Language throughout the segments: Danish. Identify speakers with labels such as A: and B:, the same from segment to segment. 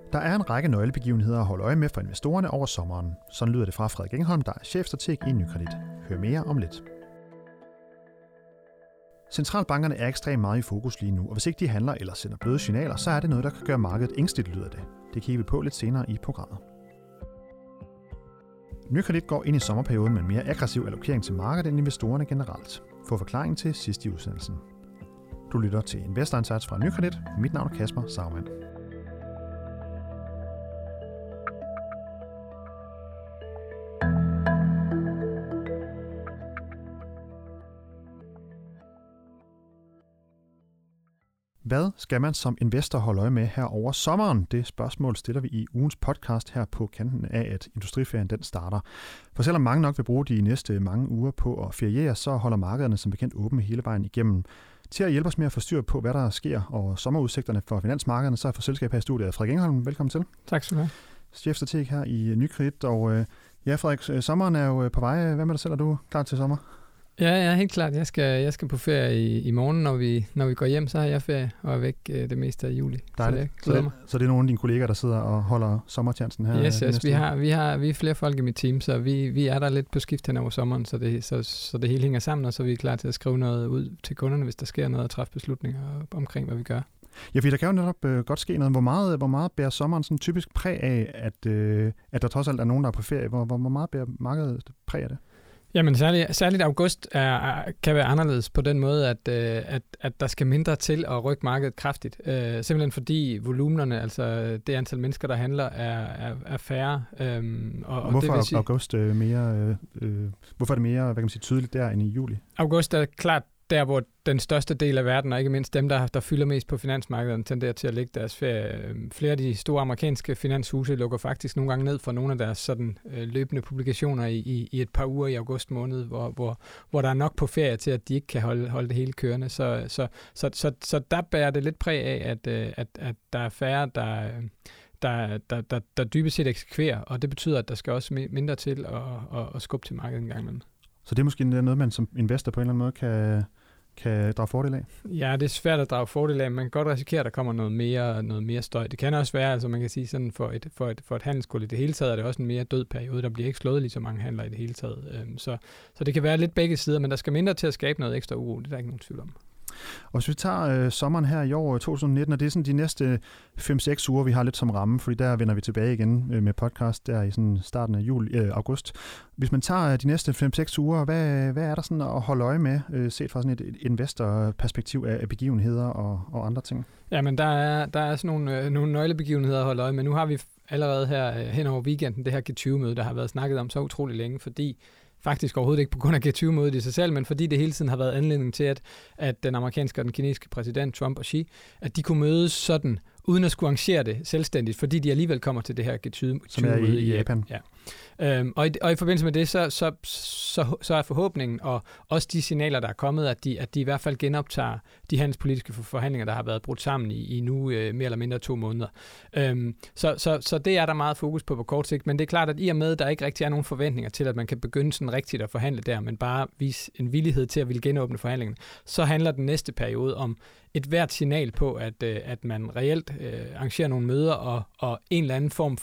A: Der er en række nøglebegivenheder at holde øje med for investorerne over sommeren. Sådan lyder det fra Frederik Engholm, der er chefstrateg i Nykredit. Hør mere om lidt. Centralbankerne er ekstremt meget i fokus lige nu, og hvis ikke de handler eller sender bløde signaler, så er det noget, der kan gøre markedet ængsteligt, lyder det. Det kigger vi på lidt senere i programmet. Nykredit går ind i sommerperioden med en mere aggressiv allokering til markedet end investorerne generelt. Få forklaringen til sidst i udsendelsen. Du lytter til Investor Insights fra Nykredit. Mit navn er Kasper Saumann. Hvad skal man som investor holde øje med her over sommeren? Det spørgsmål stiller vi i ugens podcast her på kanten af, at industriferien den starter. For selvom mange nok vil bruge de næste mange uger på at feriere, så holder markederne som bekendt åbne hele vejen igennem. Til at hjælpe os med at få styr på, hvad der sker, og sommerudsigterne for finansmarkederne, så er jeg for selskab her i studiet Frederik Engholm. Velkommen til.
B: Tak skal du have.
A: Chefstrateg her i Nykredit. Og ja, Frederik, sommeren er jo på vej. Hvad med dig selv? Er du klar til sommer?
B: Ja, helt klart. Jeg skal på ferie i morgen, når vi går hjem, så har jeg ferie og er væk det meste af juli.
A: Dejligt. Så det er nogle af dine kolleger, der sidder og holder sommerchancen her?
B: Yes. Vi er flere folk i mit team, så vi er der lidt på skift hen over sommeren, så det hele hænger sammen, og så er vi klar til at skrive noget ud til kunderne, hvis der sker noget, og træffe beslutninger omkring, hvad vi gør.
A: Ja, fordi der kan jo netop godt ske noget. Hvor meget bærer sommeren sådan typisk præg af, at der trods alt er nogen, der er på ferie? Hvor meget bærer markedet præg af det?
B: Jamen særligt august kan være anderledes på den måde, at der skal mindre til at rykke markedet kraftigt. Simpelthen fordi volumenerne, altså det antal mennesker, der handler, er færre.
A: Og hvorfor er august mere, hvorfor er det mere, hvad kan man sige, tydeligt der end i juli?
B: August er klart der, hvor den største del af verden, og ikke mindst dem, der fylder mest på finansmarkederne, tenderer til at lægge deres ferie. Flere af de store amerikanske finanshuse lukker faktisk nogle gange ned for nogle af deres sådan løbende publikationer i et par uger i august måned, hvor der er nok på ferie til, at de ikke kan holde det hele kørende. Så der bærer det lidt præg af, at der er færre, der dybest set eksekverer, og det betyder, at der skal også mindre til at skubbe til markedet en gang imellem.
A: Så det er måske noget, man som investor på en eller anden måde kan drage fordel af?
B: Ja, det er svært at drage fordel af. Man kan godt risikere, at der kommer noget mere støj. Det kan også være, altså man kan sige sådan, for et handelskuld i det hele taget, er det også en mere død periode. Der bliver ikke slået lige så mange handler i det hele taget. Så det kan være lidt begge sider, men der skal mindre til at skabe noget ekstra uro. Det er der ikke nogen tvivl om.
A: Og hvis vi tager sommeren her i år 2019, og det er sådan de næste 5-6 uger, vi har lidt som ramme, fordi der vender vi tilbage igen med podcast der i sådan starten af august. Hvis man tager de næste 5-6 uger, hvad er der sådan at holde øje med, set fra sådan et investorperspektiv af begivenheder og andre ting?
B: Ja, men der er sådan nogle nøglebegivenheder at holde øje med. Nu har vi allerede her hen over weekenden det her G20-møde, der har været snakket om så utrolig længe, fordi faktisk overhovedet ikke på grund af G20-mødet i sig selv, men fordi det hele tiden har været anledning til, at den amerikanske og den kinesiske præsident, Trump og Xi, at de kunne mødes sådan, uden at skulle arrangere det selvstændigt, fordi de alligevel kommer til det her G20-møde
A: i Japan.
B: Ja. Og i forbindelse med det, så er forhåbningen, og også de signaler, der er kommet, at de i hvert fald genoptager de handelspolitiske forhandlinger, der har været brudt sammen i nu mere eller mindre 2 måneder. Så det er der meget fokus på kort sigt, men det er klart, at i og med, at der ikke rigtig er nogen forventninger til, at man kan begynde sådan rigtigt at forhandle der, men bare vise en villighed til at ville genåbne forhandlingerne, så handler den næste periode om et hvert signal på, at man reelt arrangerer nogle møder og en eller anden form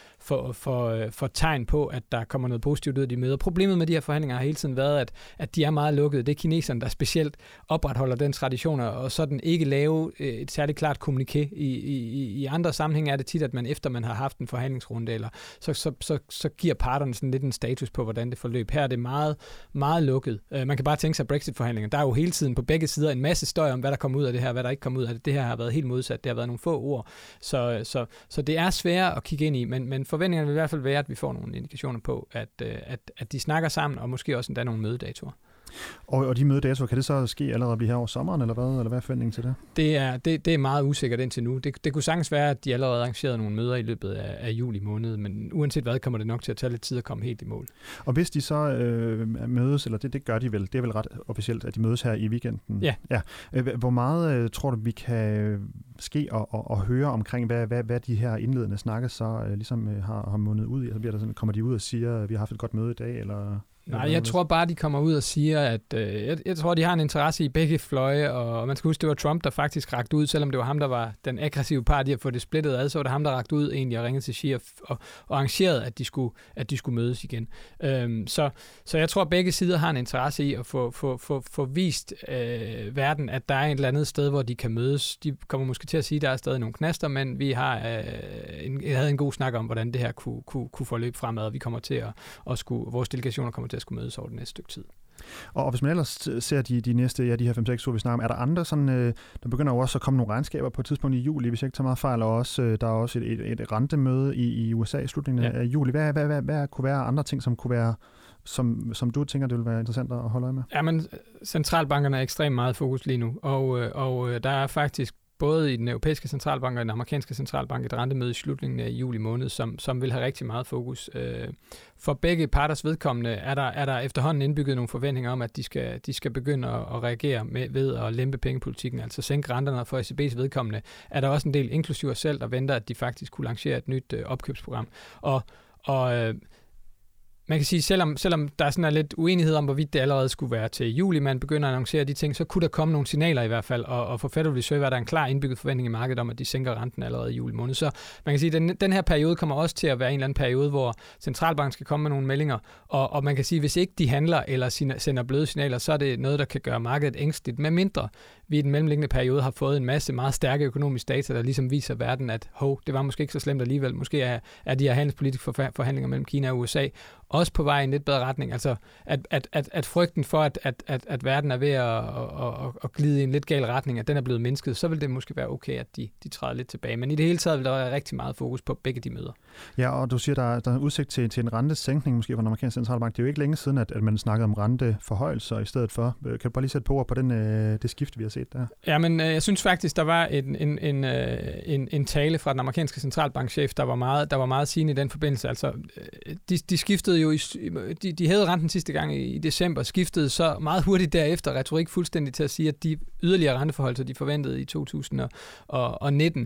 B: for tegn på, at der kommer noget positivt ud af de møder. Problemet med de her forhandlinger har hele tiden været, at de er meget lukkede. Det er kineserne, der specielt opretholder den tradition, og sådan ikke lave et særligt klart kommuniké. I andre sammenhænge er det tit, at man efter man har haft en forhandlingsrunde, eller så giver parterne sådan lidt en status på, hvordan det forløb. Her er det meget, meget lukket. Man kan bare tænke sig Brexit-forhandlinger. Der er jo hele tiden på begge sider en masse støj om, hvad der kommer ud af det her, hvad der ikke kommer ud af det. Det her har været helt modsat. Det har været nogle få ord. Så det er svært at kigge ind i, men forventningerne vil i hvert fald være, at vi får nogle indikationer på, at de snakker sammen, og måske også endda nogle mødedatoer.
A: Og de mødedatoer, kan det så ske allerede blive her over sommeren, eller hvad? Eller hvad er forventningen til det?
B: Det er meget usikkert indtil nu. Det kunne sagtens være, at de allerede arrangerede nogle møder i løbet af juli måned, men uanset hvad, kommer det nok til at tage lidt tid at komme helt i mål. Og
A: hvis de så mødes, eller det gør de vel, det er vel ret officielt, at de mødes her i weekenden?
B: Ja.
A: Hvor meget tror du, vi kan ske og høre omkring, hvad de her indledende snakke så ligesom har mundet ud i? Altså, kommer de ud og siger, at vi har haft et godt møde i dag, eller...
B: Nej, jeg tror bare, de kommer ud og siger, at jeg tror, de har en interesse i begge fløje, og man skal huske, det var Trump, der faktisk rakte ud, selvom det var ham, der var den aggressive part i at få det splittet ad, så var det ham, der rakte ud egentlig og ringede til Xi og arrangerede, at de skulle mødes igen. Så jeg tror, at begge sider har en interesse i at få vist verden, at der er et eller andet sted, hvor de kan mødes. De kommer måske til at sige, at der er stadig nogle knaster, men vi havde en god snak om, hvordan det her kunne forløbe fremad, og vi kommer til vores delegationer kommer til at skulle mødes over det næste stykke tid.
A: Og hvis man ellers ser de næste, de her 5-6 uger, vi snakker om, er der andre sådan, der begynder jo også at komme nogle regnskaber på et tidspunkt i juli, hvis jeg ikke tager meget fejl, og også, der er også et rentemøde i USA i slutningen af juli. Hvad kunne være andre ting, som kunne være, som du tænker, det vil være interessant at holde øje med?
B: Jamen, centralbankerne er ekstremt meget fokus lige nu, og der er faktisk både i den europæiske centralbank og den amerikanske centralbank et rentemøde i slutningen af juli måned, som vil have rigtig meget fokus. For begge parters vedkommende er der efterhånden indbygget nogle forventninger om, at de skal begynde at reagere ved at lempe pengepolitikken, altså sænke renterne. For ECB's vedkommende er der også en del, inklusive os selv, der venter, at de faktisk kunne lancere et nyt opkøbsprogram. Og man kan sige, selvom der er lidt uenighed om, hvorvidt det allerede skulle være til juli, man begynder at annoncere de ting, så kunne der komme nogle signaler i hvert fald, og for Federal Reserve er der en klar indbygget forventning i markedet om, at de sænker renten allerede i juli måned. Så man kan sige, at den her periode kommer også til at være en eller anden periode, hvor centralbanken skal komme med nogle meldinger, og man kan sige, at hvis ikke de handler eller sender bløde signaler, så er det noget, der kan gøre markedet ængsteligt, med mindre vi i den mellemliggende periode har fået en masse meget stærke økonomiske data, der ligesom viser verden, at det var måske ikke så slemt alligevel. Måske er de her handelspolitiske forhandlinger mellem Kina og USA også på vej i en lidt bedre retning. Altså, at frygten for, at verden er ved at glide i en lidt gal retning, at den er blevet mindsket, så vil det måske være okay, at de træder lidt tilbage. Men i det hele taget vil der være rigtig meget fokus på begge de møder. Ja,
A: og du siger, der er udsigt til en rentesænkning måske fra den amerikanske centralbank. Det er jo ikke længe siden, at man snakkede om renteforhøjelser i stedet for. Kan du bare lige sætte på ord på det skift, vi har set der?
B: Ja, men jeg synes faktisk, der var en tale fra den amerikanske centralbankchef, der var meget sigende i den forbindelse. Altså, de skiftede jo, de hævede renten sidste gang i december, skiftede så meget hurtigt derefter retorik fuldstændig til at sige, at de yderligere renteforholdelser, de forventede i 2019,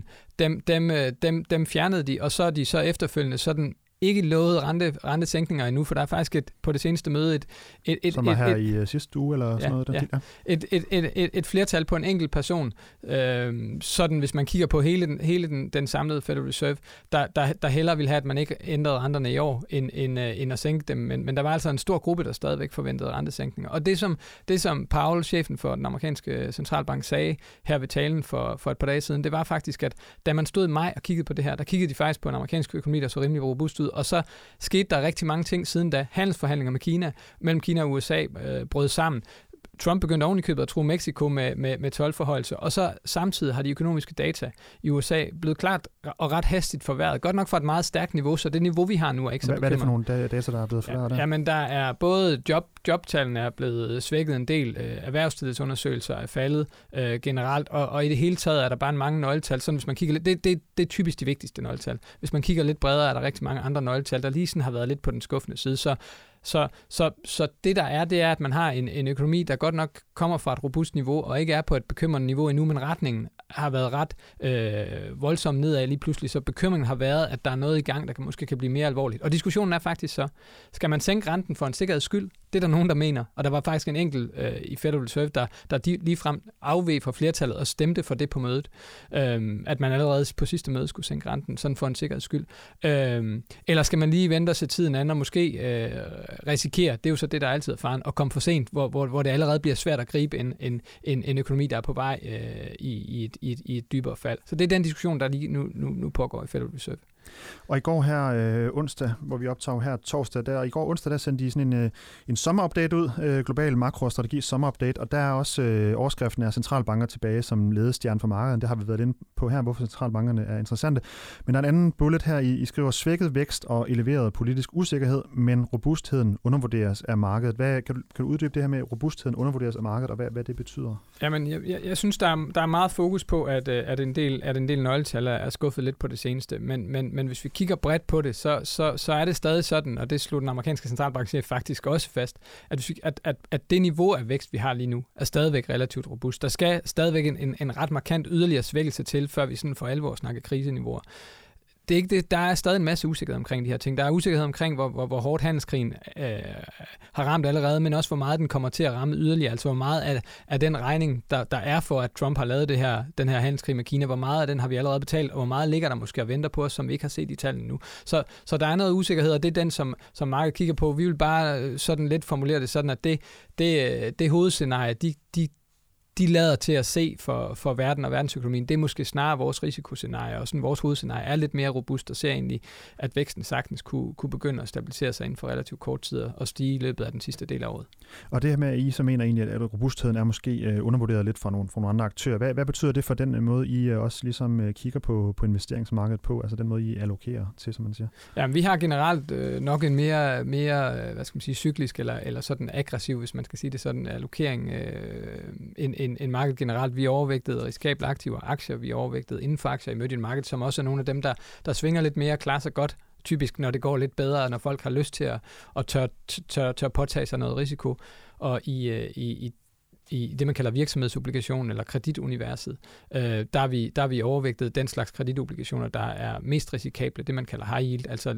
B: dem fjernede de, og så er de så efterfølgende sådan ikke lovet rentesænkninger endnu, for der er faktisk på det seneste møde
A: som var her i sidste uge, eller sådan noget?
B: Et flertal på en enkelt person, sådan hvis man kigger på hele den samlede Federal Reserve, der hellere vil have, at man ikke ændrede renterne i år, end at sænke dem, men der var altså en stor gruppe, der stadigvæk forventede rentesænkninger. Og det som Powell, chefen for den amerikanske centralbank, sagde her ved talen for et par dage siden, det var faktisk, at da man stod i maj og kiggede på det her, der kiggede de faktisk på en amerikansk økonomi, der så rimelig robust ud, og så skete der rigtig mange ting siden da. Handelsforhandlinger med Kina, mellem Kina og USA, brød sammen. Trump begyndte ovenikøbet at true Mexico med toldforhøjelse, og så samtidig har de økonomiske data i USA blevet klart og ret hastigt forværret. Godt nok fra et meget stærkt niveau, så det niveau, vi har nu, er ikke så bekymrende.
A: Hvad er det for nogle data, der er blevet forværret der?
B: Jamen, der er både jobtallene er blevet svækket en del, erhvervstillidsundersøgelser er faldet generelt, og i det hele taget er der bare mange nøgletal. Sådan, hvis man kigger lidt, det er typisk de vigtigste nøgletal. Hvis man kigger lidt bredere, er der rigtig mange andre nøgletal, der lige sådan har været lidt på den skuffende side. Så det der er, det er, at man har en økonomi, der godt nok kommer fra et robust niveau, og ikke er på et bekymrende niveau endnu, men retningen har været ret voldsomt nedad lige pludselig, så bekymringen har været, at der er noget i gang, der måske kan blive mere alvorligt. Og diskussionen er faktisk så, skal man sænke renten for en sikkerheds skyld? Det er der nogen, der mener, og der var faktisk en enkelt i Federal Reserve, der ligefrem afveg fra flertallet og stemte for det på mødet, at man allerede på sidste møde skulle sænke renten, sådan for en sikkerheds skyld. Eller skal man lige vente og se tiden an, og måske risikere, det er jo så det, der altid er faren, at komme for sent, hvor det allerede bliver svært at gribe en økonomi, der er på vej i et dybere fald. Så det er den diskussion, der lige nu pågår i Federal Reserve.
A: Og i går her onsdag, hvor vi optager her torsdag, i går onsdag, der sendte de sådan en sommerupdate ud, global makrostrategi sommerupdate, og der er også overskriften af centralbanker tilbage som ledestjerne for markedet. Det har vi været inde på her, hvorfor centralbankerne er interessante. Men der er en anden bullet her, I skriver svækket vækst og eleveret politisk usikkerhed, men robustheden undervurderes af markedet. Kan du uddybe det her med, robustheden undervurderes af markedet, og hvad det betyder?
B: Jamen, jeg synes, der er meget fokus på, at en del nøgletal er skuffet lidt på det seneste, men hvis vi kigger bredt på det, så er det stadig sådan, og det slog den amerikanske centralbankchef faktisk også fast, at det niveau af vækst, vi har lige nu, er stadigvæk relativt robust. Der skal stadigvæk en ret markant yderligere svækkelse til, før vi sådan for alvor snakker kriseniveauer. det er ikke det. Der er stadig en masse usikkerhed omkring de her ting. Der er usikkerhed omkring, hvor hårdt handelskrigen har ramt allerede, men også hvor meget den kommer til at ramme yderligere. Altså hvor meget af den regning, der er for, at Trump har lavet den her handelskrig med Kina, hvor meget af den har vi allerede betalt, og hvor meget ligger der måske og venter på os, som vi ikke har set i tallene nu. Så der er noget usikkerhed, og det er den, som markedet kigger på. Vi vil bare sådan lidt formulere det sådan, at det hovedscenarie, de lader til at se for verden og verdensøkonomien, det er måske snarere vores risikoscenarie, og sådan vores hovedscenarie er lidt mere robust, og ser egentlig, at væksten sagtens kunne begynde at stabilisere sig inden for relativt kort tid og stige i løbet af den sidste del af året.
A: Og det her med, at I så mener egentlig, at robustheden er måske undervurderet lidt fra nogle andre aktører. Hvad betyder det for den måde, I også ligesom kigger på investeringsmarkedet på, altså den måde, I allokerer til, som man siger?
B: Ja, vi har generelt nok en mere hvad skal man sige, cyklisk eller sådan aggressiv, hvis man skal sige det sådan, allokering en marked generelt. Vi er overvægtet risikable aktiver, aktier, vi er overvægtet inden for aktier i emerging market, som også er nogle af dem, der svinger lidt mere, klarer sig godt, typisk når det går lidt bedre, når folk har lyst til at tør påtage sig noget risiko, og i det, man kalder virksomhedsobligationen eller kredituniverset, der er vi overvægtet den slags kreditobligationer, der er mest risikable, det man kalder high yield, altså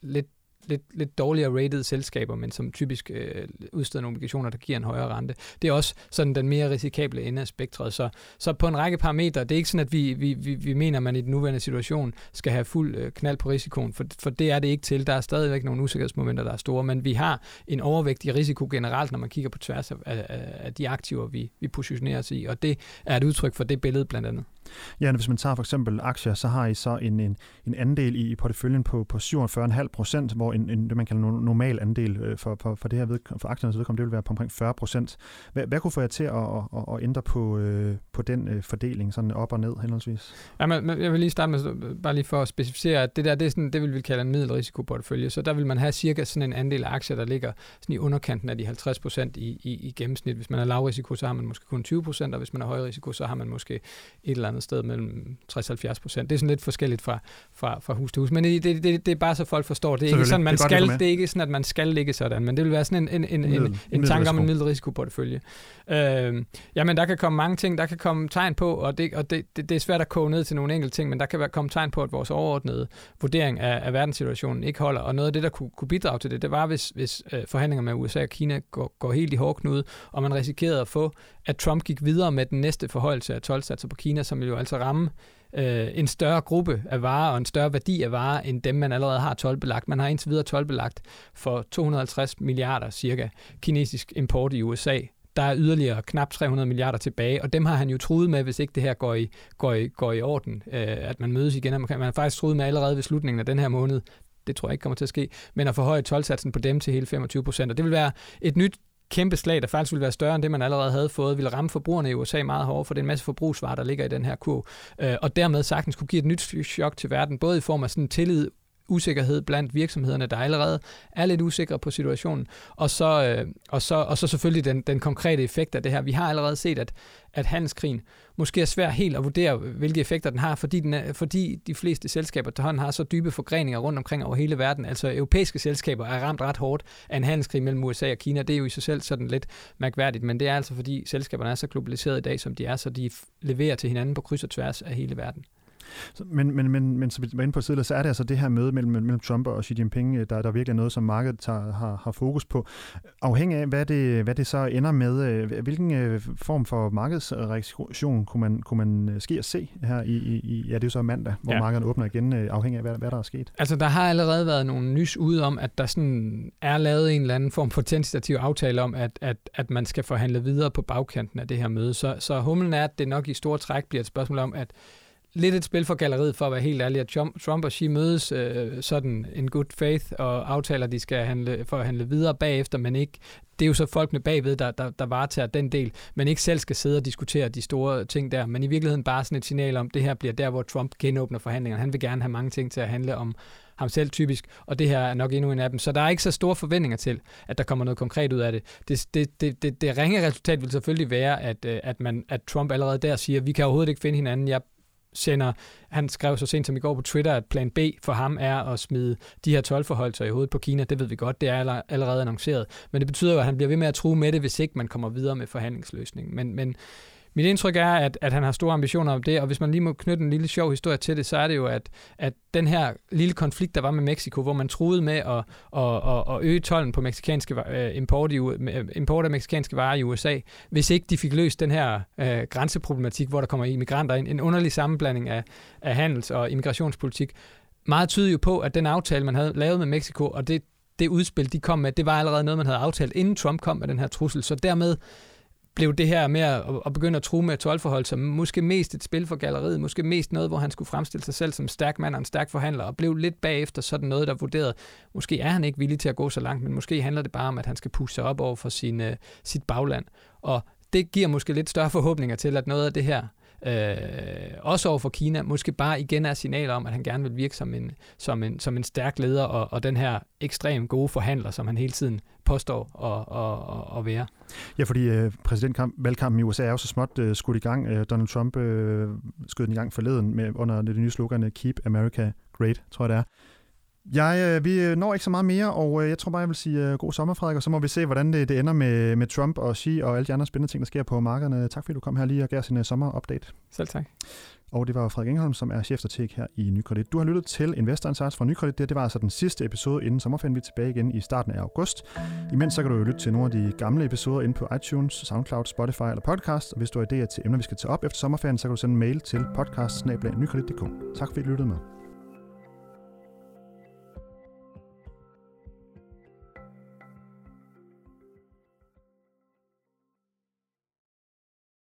B: lidt dårligere rated selskaber, men som typisk udsteder obligationer, der giver en højere rente. Det er også sådan den mere risikable ende af spektret. Så på en række parametre, det er ikke sådan, at vi mener, at man i den nuværende situation skal have fuld knald på risikoen, for det er det ikke til. Der er stadigvæk nogle usikkerhedsmomenter, der er store, men vi har en overvægtig risiko generelt, når man kigger på tværs af de aktiver, vi positionerer os i, og det er et udtryk for det billede blandt andet.
A: Ja, hvis man tager for eksempel aktier, så har I så en andel i porteføljen på 47,5%, hvor det man kalder en normal andel for det her for aktiernes vedkommende, det vil være på omkring 40%. Hvad kunne få jer til at ændre på den fordeling, sådan op og ned henholdsvis?
B: Ja, jeg vil lige starte med, bare lige for at specificere, at det vil vi kalde en middelrisikoportefølje, så der vil man have cirka sådan en andel af aktier, der ligger sådan i underkanten af de 50% i gennemsnit. Hvis man er lav risiko, så har man måske kun 20%, og hvis man er høj risiko, så har man måske et eller andet sted mellem 60-70%. Det er sådan lidt forskelligt fra hus til hus, men det er bare så folk forstår. Det er ikke sådan, det er ikke sådan, at man skal ligge sådan, men det vil være sådan en tanke om en middelrisikoportefølje. Jamen, der kan komme mange ting, der kan komme tegn på, og det er svært at koge ned til nogle enkelte ting, men der kan komme tegn på, at vores overordnede vurdering af verdenssituationen ikke holder, og noget af det, der kunne bidrage til det var, hvis forhandlinger med USA og Kina går helt i hårdknude, og man risikerede at få, at Trump gik videre med den næste forhøjelse af toldsatser på Kina, som vil jo altså ramme en større gruppe af varer og en større værdi af varer, end dem, man allerede har toldbelagt. Man har indtil videre toldbelagt for 250 milliarder cirka kinesisk import i USA. Der er yderligere knap 300 milliarder tilbage, og dem har han jo truet med, hvis ikke det her går i orden, at man mødes igen. Man har faktisk truet med allerede ved slutningen af den her måned, det tror jeg ikke kommer til at ske, men at forhøje toldsatsen på dem til hele 25%. Og det vil være et nyt kæmpe slag, der faktisk ville være større end det, man allerede havde fået, ville ramme forbrugerne i USA meget hårdt, for det er en masse forbrugsvarer, der ligger i den her kurv, og dermed sagtens kunne give et nyt chok til verden, både i form af sådan tillid, usikkerhed blandt virksomhederne, der allerede er lidt usikre på situationen, og så selvfølgelig den konkrete effekt af det her. Vi har allerede set, at handelskrigen måske er svært helt at vurdere, hvilke effekter den har, fordi de fleste selskaber efterhånden har så dybe forgreninger rundt omkring over hele verden. Altså europæiske selskaber er ramt ret hårdt af en handelskrig mellem USA og Kina. Det er jo i sig selv sådan lidt mærkværdigt, men det er altså fordi selskaberne er så globaliseret i dag, som de er, så de leverer til hinanden på kryds og tværs af hele verden.
A: Men som vi var inde på tidligere, så er det altså det her møde mellem Trump og Xi Jinping, der virkelig er noget, som markedet har fokus på. Afhængig af, hvad det så ender med, hvilken form for markedsreaktion kunne man ske at se her det er jo så mandag, hvor markedet åbner igen, afhængig af, hvad der er sket? Altså,
B: der har allerede været nogle nys ude om, at der sådan er lavet en eller anden form for tentativ aftale om, at man skal forhandle videre på bagkanten af det her møde. Så humlen er, at det nok i store træk bliver et spørgsmål om, at lidt et spil for galleriet, for at være helt ærlig, at Trump og Xi mødes sådan en good faith og aftaler, de skal handle videre bagefter, men ikke. Det er jo så folkene bagved, der varetager den del, men ikke selv skal sidde og diskutere de store ting der, men i virkeligheden bare sådan et signal om, det her bliver der, hvor Trump genåbner forhandlingerne. Han vil gerne have mange ting til at handle om ham selv typisk, og det her er nok endnu en af dem. Så der er ikke så store forventninger til, at der kommer noget konkret ud af det. Det ringe resultat vil selvfølgelig være, at Trump allerede der siger, vi kan overhovedet ikke finde hinanden. Han skrev så sent som i går på Twitter, at plan B for ham er at smide de her toldforholdelser i hovedet på Kina. Det ved vi godt, det er allerede annonceret. Men det betyder jo, at han bliver ved med at true med det, hvis ikke man kommer videre med forhandlingsløsningen. Mit indtryk er, at han har store ambitioner om det, og hvis man lige må knytte en lille sjov historie til det, så er det jo, at den her lille konflikt, der var med Mexico, hvor man truede med at øge tolden på mexicanske import af mexicanske varer i USA, hvis ikke de fik løst den her grænseproblematik, hvor der kommer immigranter ind. En underlig sammenblanding af handels- og immigrationspolitik. Meget tyder jo på, at den aftale, man havde lavet med Mexico, og det udspil, de kom med, det var allerede noget, man havde aftalt, inden Trump kom med den her trussel. Så dermed blev det her med at begynde at true med toldforhold, som måske mest et spil for galleriet, måske mest noget, hvor han skulle fremstille sig selv som stærk mand og en stærk forhandler, og blev lidt bagefter sådan noget, der vurderede, måske er han ikke villig til at gå så langt, men måske handler det bare om, at han skal pushe sig op over for sit bagland. Og det giver måske lidt større forhåbninger til, at noget af det her, også over for Kina, måske bare igen er signaler om, at han gerne vil virke som en stærk leder, og den her ekstremt gode forhandler, som han hele tiden påstår at være.
A: Ja, fordi præsidentvalgkampen i USA er jo så småt skudt i gang. Donald Trump skød den i gang forleden under det nye slogan Keep America Great, tror jeg det er. Vi når ikke så meget mere, og jeg tror bare, jeg vil sige god sommer, Frederik, og så må vi se, hvordan det ender med Trump og Xi og alle de andre spændende ting, der sker på markederne. Tak fordi du kom her lige og gav os en sommerupdate.
B: Selv tak.
A: Og det var Frederik Engholm, som er chefstrateg her i Nykredit. Du har lyttet til Investor Insights fra Nykredit. Det var altså den sidste episode inden sommerferien. Vi er tilbage igen i starten af august. Imens så kan du jo lytte til nogle af de gamle episoder inde på iTunes, SoundCloud, Spotify eller podcast. Og hvis du har idéer til emner, vi skal tage op efter sommerferien, så kan du sende en mail til podcast@nykredit.dk. Tak fordi du lyttede med.